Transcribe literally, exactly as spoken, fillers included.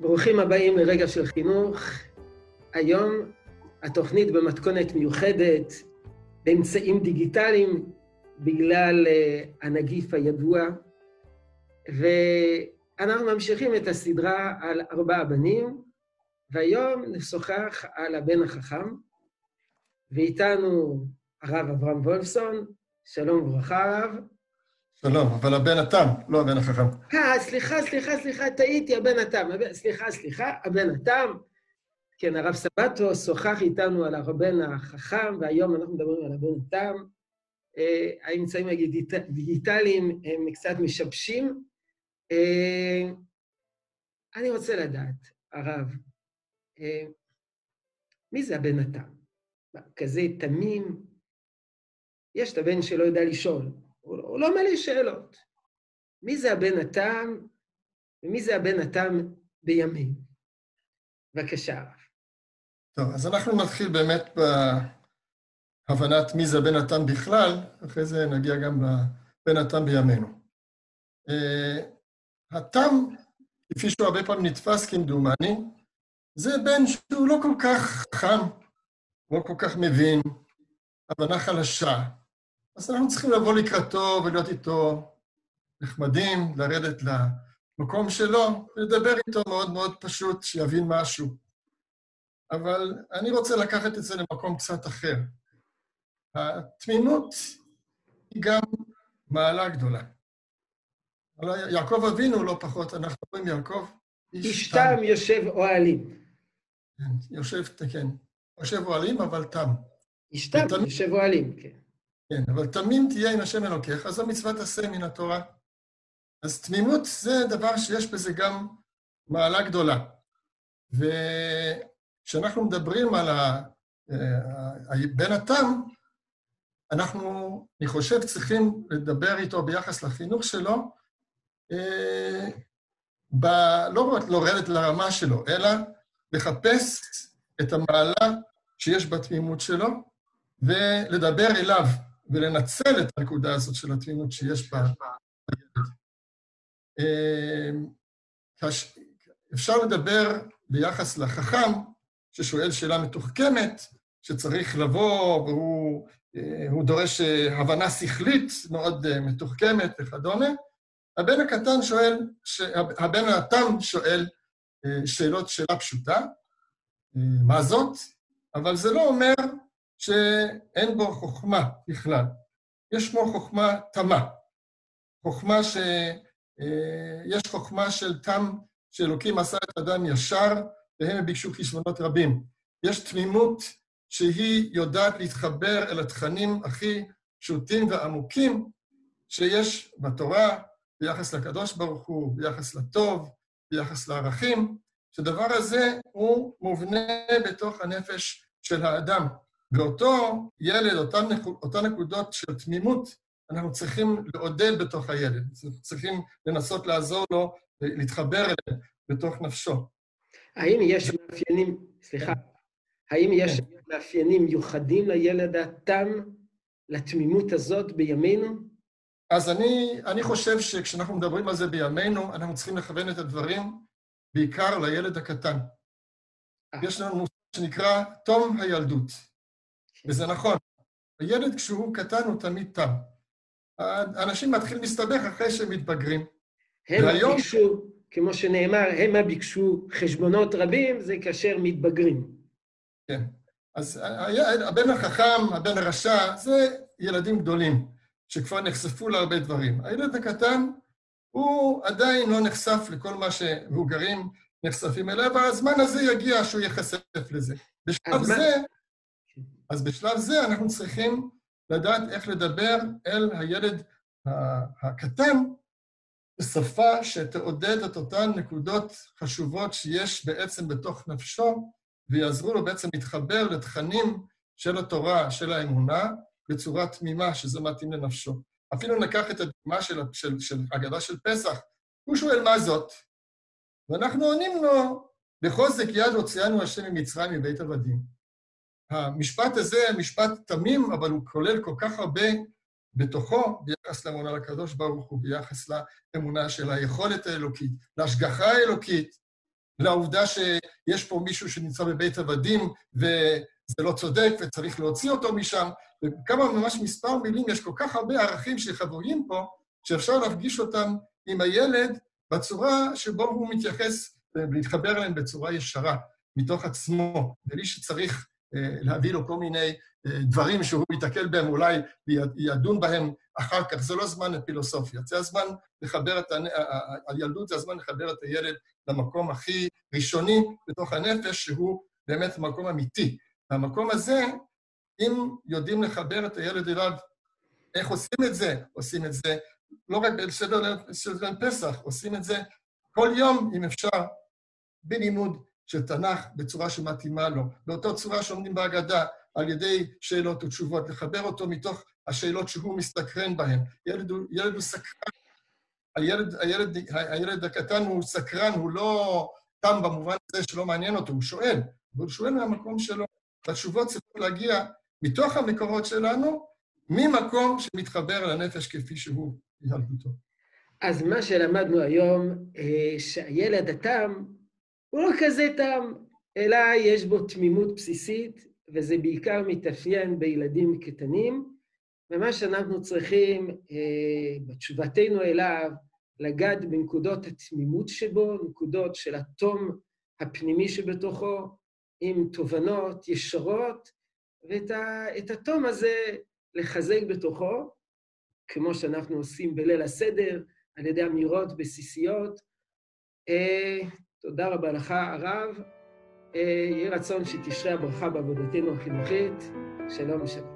ברוכים הבאים לרגע של חינוך. היום התוכנית במתכונת מיוחדת, באמצעים דיגיטליים, בגלל uh, הנגיף הידוע, ואנחנו ממשיכים את הסדרה על ארבעה בנים, והיום נשוחח על הבן החכם, ואיתנו הרב אברהם וולפסון. שלום וברכה הרב. שלום, אבל הבן התם, לא הבן החכם. אה, סליחה, סליחה, סליחה, טעיתי, הבן התם. סליחה, סליחה, הבן התם. כן, הרב סבתו שוחח איתנו על הבן החכם, והיום אנחנו מדברים על הבן התם. האמצעים הדיגיטליים הם קצת משבשים. אני רוצה לדעת, הרב, מי זה הבן התם? כזה תמים? יש את הבן שלא יודע לשאול. הוא לא מלא שאלות. מי זה הבן התם, ומי זה הבן התם בימים? בבקשה, הרב. טוב, אז אנחנו נתחיל באמת בהבנת מי זה הבן התם בכלל, אחרי זה נגיע גם לבן התם בימינו. התם, כפי שהוא הרבה פעמים נתפס כמדומני, זה בן שהוא לא כל כך חכם, לא כל כך מבין, הבנה חלשה. אז אנחנו צריכים לבוא לקראתו ולהיות איתו נחמדים, לרדת למקום שלו, ולדבר איתו מאוד מאוד פשוט, שיבין משהו. אבל אני רוצה לקחת את זה למקום קצת אחר. התמימות היא גם מעלה גדולה. יעקב אבינו לא פחות, אנחנו רואים יעקב. איש תם יושב אוהלים. יושב, כן. יושב אוהלים, אבל תם. איש תם יושב אוהלים, כן. כן, אבל תמים תהיה עם השם אלוקיך, אז זו מצוות עשה מן התורה. אז תמימות זה דבר שיש בזה גם מעלה גדולה. וכשאנחנו מדברים על בן התם, אנחנו, אני חושב, צריכים לדבר איתו ביחס לחינוך שלו, ב, לא רק לרדת לרמה שלו, אלא לחפש את המעלה שיש בתמימות שלו, ולדבר אליו. ולנצל את הנקודה הזאת של התמימות שיש בה. אפשר לדבר ביחס לחכם, ששואל שאלה מתוחכמת, שצריך לבוא, והוא דורש הבנה שכלית מאוד מתוחכמת וכדומה. הבן הקטן שואל, הבן התם שואל שאלות שאלה פשוטה, מה זאת? אבל זה לא אומר שאין בו חוכמה בכלל. יש בו חוכמה תמה. חוכמה ש... יש חוכמה של תם שאלוקים עשה את אדם ישר, והם ביקשו חשבונות רבים. יש תמימות שהיא יודעת להתחבר אל התכנים הכי פשוטים ועמוקים שיש בתורה, ביחס לקדוש ברוך הוא, ביחס לטוב, ביחס לערכים, שדבר הזה הוא מובנה בתוך הנפש של האדם. ואותו ילד, אותן, אותן נקודות של תמימות, אנחנו צריכים לעודד בתוך הילד. צריכים לנסות לעזור לו ולהתחבר אליהם בתוך נפשו. האם יש מאפיינים, סליחה, האם יש מאפיינים מיוחדים לילד התם, לתמימות הזאת בימינו? אז אני, אני חושב שכשאנחנו מדברים על זה בימינו, אנחנו צריכים לכוון את הדברים בעיקר לילד הקטן. יש לנו מושג שנקרא תום הילדות. וזה נכון, הילד כשהוא קטן הוא תמיד תם. האנשים מתחילים להסתבך אחרי שהם מתבגרים. הם והיום... ביקשו, כמו שנאמר, הם ביקשו חשבונות רבים, זה כאשר מתבגרים. כן, אז הבן החכם, הבן הרשע, זה ילדים גדולים, שכבר נחשפו להרבה דברים. הילד הקטן הוא עדיין לא נחשף לכל מה שמבוגרים נחשפים אליו, והזמן הזה יגיע שהוא ייחשף לזה. בשלב זה... אז בשלב זה אנחנו צריכים לדעת איך לדבר אל הילד הקטן בשפה שתעודד את אותן נקודות חשובות שיש בעצם בתוך נפשו, ויעזרו לו בעצם להתחבר לתכנים של התורה, של האמונה, בצורה תמימה, שזה מתאים לנפשו. אפילו ניקח את הדוגמה של, של, של הגדה של פסח, הוא שואל מה זאת, ואנחנו עונים לו, בחוזק יד הוציאנו השם ממצרים מבית עבדים. המשפט הזה, משפט תמים, אבל הוא כולל כל כך הרבה בתוכו, ביחס לאמונה לקדוש ברוך הוא, ביחס לאמונה של היכולת האלוקית, להשגחה האלוקית, לעובדה שיש פה מישהו שנמצא בבית עבדים וזה לא צודק וצריך להוציא אותו משם, וכמה ממש מספר מילים, יש כל כך הרבה ערכים שחבויים פה, שאפשר להפגיש אותם עם הילד בצורה שבו הוא מתייחס ולהתחבר אליהם בצורה ישרה, מתוך עצמו, בלי שצריך להביא לו כל מיני דברים שהוא ייתקל בהם, אולי ידון בהם אחר כך. זה לא זמן לפילוסופיה, זה הזמן לחבר את הילדות, זה הזמן לחבר את הילד למקום הכי ראשוני בתוך הנפש, שהוא באמת מקום אמיתי. והמקום הזה, אם יודעים לחבר את הילד אליו, איך עושים את זה? עושים את זה לא רק בסדר של פסח, עושים את זה כל יום, אם אפשר, בלימוד של תנ"ך בצורה שמתאימה לו, באותה צורה שעומדים בהגדה, על ידי שאלות ותשובות, לחבר אותו מתוך השאלות שהוא מסתקרן בהן. ילד הוא, ילד הוא סקרן, הילד, הילד, הילד הקטן הוא סקרן, הוא לא תם במובן הזה שלא מעניין אותו, הוא שואל, והוא שואל מהמקום שלו, והתשובות צריכות להגיע מתוך המקורות שלנו, ממקום שמתחבר לנפש כפי שהוא ילדותו. אז מה שלמדנו היום, שהילד התם, הוא לא כזה תם, אלא יש בו תמימות בסיסית, וזה בעיקר מתאפיין בילדים קטנים, ומה שאנחנו צריכים בתשובתנו אליו, לגעת בנקודות התמימות שבו, נקודות של התום הפנימי שבתוכו, עם תובנות ישרות, ואת התום הזה לחזק בתוכו, כמו שאנחנו עושים בליל הסדר, על ידי אמירות בסיסיות. תודה רבה לך, הרב. יהיה רצון שתשרה הברכה בעבודתנו החינוכית. שלום ושלום.